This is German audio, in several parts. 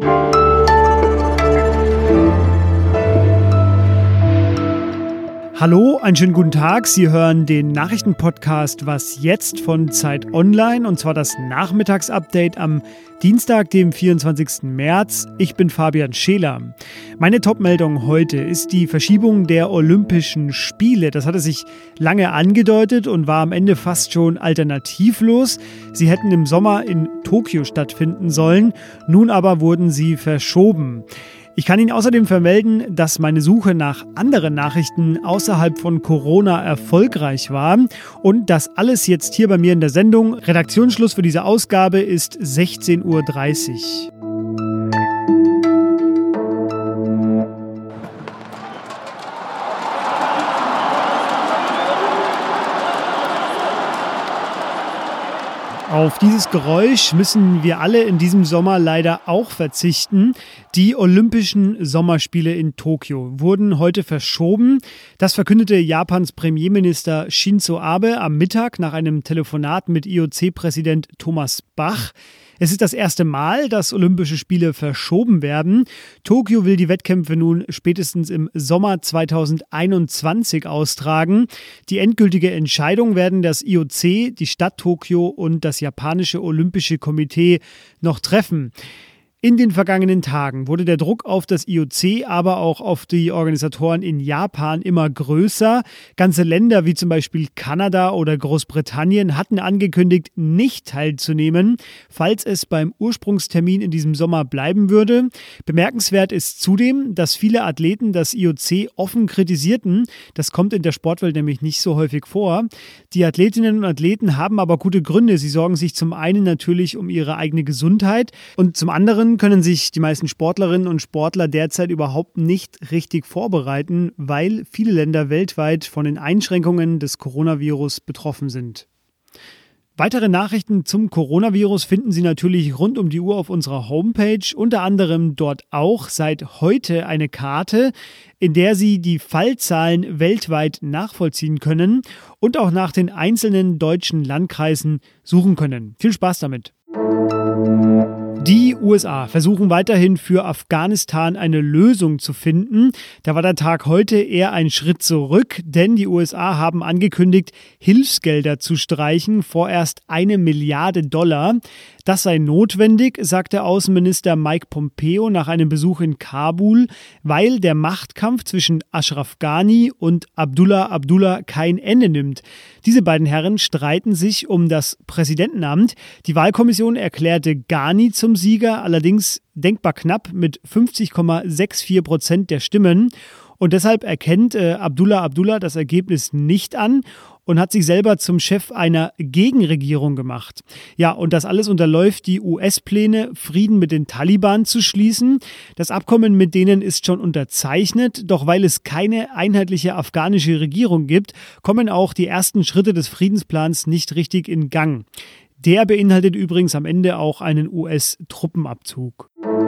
Hallo, einen schönen guten Tag. Sie hören den Nachrichtenpodcast Was jetzt von Zeit Online, und zwar das Nachmittagsupdate am Dienstag, dem 24. März. Ich bin Fabian Scheler. Meine Topmeldung heute ist die Verschiebung der Olympischen Spiele. Das hatte sich lange angedeutet und war am Ende fast schon alternativlos. Sie hätten im Sommer in Tokio stattfinden sollen, nun aber wurden sie verschoben. Ich kann Ihnen außerdem vermelden, dass meine Suche nach anderen Nachrichten außerhalb von Corona erfolgreich war und das alles jetzt hier bei mir in der Sendung. Redaktionsschluss für diese Ausgabe ist 16:30 Uhr. Auf dieses Geräusch müssen wir alle in diesem Sommer leider auch verzichten. Die Olympischen Sommerspiele in Tokio wurden heute verschoben. Das verkündete Japans Premierminister Shinzo Abe am Mittag nach einem Telefonat mit IOC-Präsident Thomas Bach. Es ist das erste Mal, dass Olympische Spiele verschoben werden. Tokio will die Wettkämpfe nun spätestens im Sommer 2021 austragen. Die endgültige Entscheidung werden das IOC, die Stadt Tokio und das japanische Olympische Komitee noch treffen. In den vergangenen Tagen wurde der Druck auf das IOC, aber auch auf die Organisatoren in Japan immer größer. Ganze Länder wie zum Beispiel Kanada oder Großbritannien hatten angekündigt, nicht teilzunehmen, falls es beim Ursprungstermin in diesem Sommer bleiben würde. Bemerkenswert ist zudem, dass viele Athleten das IOC offen kritisierten. Das kommt in der Sportwelt nämlich nicht so häufig vor. Die Athletinnen und Athleten haben aber gute Gründe. Sie sorgen sich zum einen natürlich um ihre eigene Gesundheit und zum anderen können sich die meisten Sportlerinnen und Sportler derzeit überhaupt nicht richtig vorbereiten, weil viele Länder weltweit von den Einschränkungen des Coronavirus betroffen sind. Weitere Nachrichten zum Coronavirus finden Sie natürlich rund um die Uhr auf unserer Homepage, unter anderem dort auch seit heute eine Karte, in der Sie die Fallzahlen weltweit nachvollziehen können und auch nach den einzelnen deutschen Landkreisen suchen können. Viel Spaß damit! Die USA versuchen weiterhin für Afghanistan eine Lösung zu finden. Da war der Tag heute eher ein Schritt zurück, denn die USA haben angekündigt, Hilfsgelder zu streichen, vorerst $1 Milliarde. Das sei notwendig, sagte Außenminister Mike Pompeo nach einem Besuch in Kabul, weil der Machtkampf zwischen Ashraf Ghani und Abdullah Abdullah kein Ende nimmt. Diese beiden Herren streiten sich um das Präsidentenamt. Die Wahlkommission erklärte Ghani zum Sieger, allerdings denkbar knapp mit 50,64% der Stimmen. Und deshalb erkennt Abdullah Abdullah das Ergebnis nicht an und hat sich selber zum Chef einer Gegenregierung gemacht. Ja, und das alles unterläuft die US-Pläne, Frieden mit den Taliban zu schließen. Das Abkommen mit denen ist schon unterzeichnet, doch weil es keine einheitliche afghanische Regierung gibt, kommen auch die ersten Schritte des Friedensplans nicht richtig in Gang. Der beinhaltet übrigens am Ende auch einen US-Truppenabzug.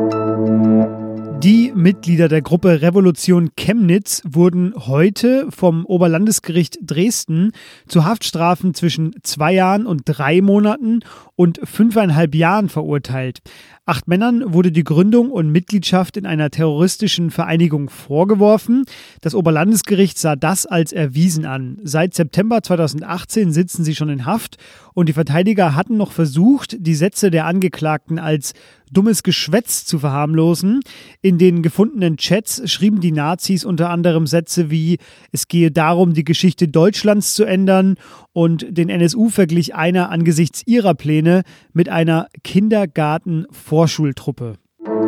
Die Mitglieder der Gruppe Revolution Chemnitz wurden heute vom Oberlandesgericht Dresden zu Haftstrafen zwischen 2 Jahren und 3 Monaten und 5,5 Jahren verurteilt. 8 Männern wurde die Gründung und Mitgliedschaft in einer terroristischen Vereinigung vorgeworfen. Das Oberlandesgericht sah das als erwiesen an. Seit September 2018 sitzen sie schon in Haft und die Verteidiger hatten noch versucht, die Sätze der Angeklagten als dummes Geschwätz zu verharmlosen. In den gefundenen Chats schrieben die Nazis unter anderem Sätze wie: Es gehe darum, die Geschichte Deutschlands zu ändern, und den NSU verglich einer angesichts ihrer Pläne mit einer Kindergarten-Vorschultruppe.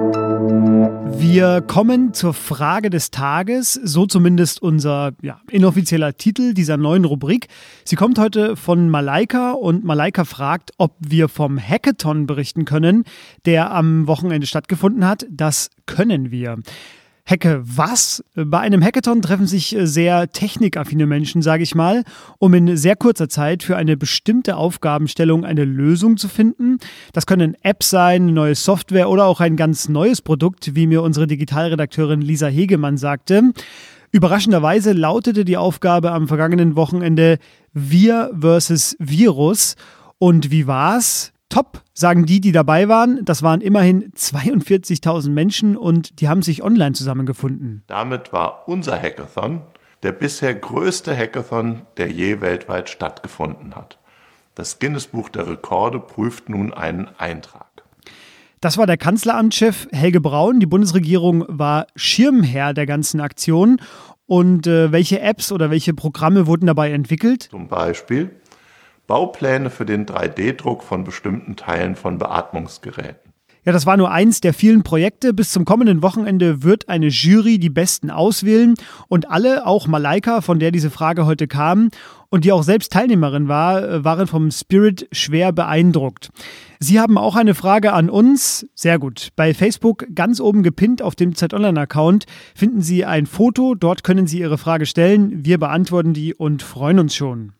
Wir kommen zur Frage des Tages, so zumindest unser inoffizieller Titel dieser neuen Rubrik. Sie kommt heute von Malaika und Malaika fragt, ob wir vom Hackathon berichten können, der am Wochenende stattgefunden hat. Das können wir. Hacke was? Bei einem Hackathon treffen sich sehr technikaffine Menschen, sage ich mal, um in sehr kurzer Zeit für eine bestimmte Aufgabenstellung eine Lösung zu finden. Das können Apps sein, neue Software oder auch ein ganz neues Produkt, wie mir unsere Digitalredakteurin Lisa Hegemann sagte. Überraschenderweise lautete die Aufgabe am vergangenen Wochenende Wir versus Virus. Und wie war's? Top, sagen die dabei waren. Das waren immerhin 42.000 Menschen und die haben sich online zusammengefunden. Damit war unser Hackathon der bisher größte Hackathon, der je weltweit stattgefunden hat. Das Guinness-Buch der Rekorde prüft nun einen Eintrag. Das war der Kanzleramtschef Helge Braun. Die Bundesregierung war Schirmherr der ganzen Aktion. Und welche Apps oder welche Programme wurden dabei entwickelt? Zum Beispiel Baupläne für den 3D-Druck von bestimmten Teilen von Beatmungsgeräten. Ja, das war nur eins der vielen Projekte. Bis zum kommenden Wochenende wird eine Jury die Besten auswählen. Und alle, auch Malaika, von der diese Frage heute kam und die auch selbst Teilnehmerin war, waren vom Spirit schwer beeindruckt. Sie haben auch eine Frage an uns. Sehr gut. Bei Facebook ganz oben gepinnt auf dem Z-Online-Account finden Sie ein Foto. Dort können Sie Ihre Frage stellen. Wir beantworten die und freuen uns schon.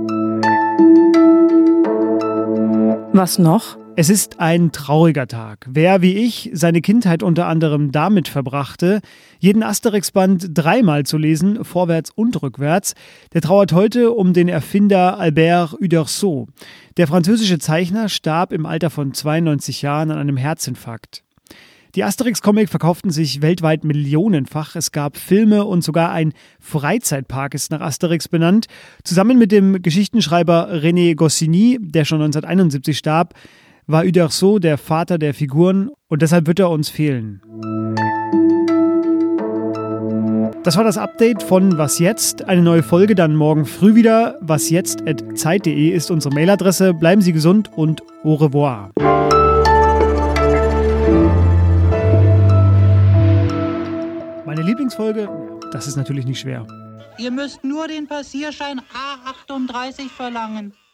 Was noch? Es ist ein trauriger Tag. Wer wie ich seine Kindheit unter anderem damit verbrachte, jeden Asterix-Band 3-mal zu lesen, vorwärts und rückwärts, der trauert heute um den Erfinder Albert Uderzo. Der französische Zeichner starb im Alter von 92 Jahren an einem Herzinfarkt. Die Asterix-Comic verkauften sich weltweit millionenfach. Es gab Filme und sogar ein Freizeitpark ist nach Asterix benannt. Zusammen mit dem Geschichtenschreiber René Goscinny, der schon 1971 starb, war Uderzo der Vater der Figuren und deshalb wird er uns fehlen. Das war das Update von Was Jetzt? Eine neue Folge dann morgen früh wieder. wasjetzt@zeit.de ist unsere Mailadresse. Bleiben Sie gesund und au revoir. Meine Lieblingsfolge? Das ist natürlich nicht schwer. Ihr müsst nur den Passierschein A38 verlangen.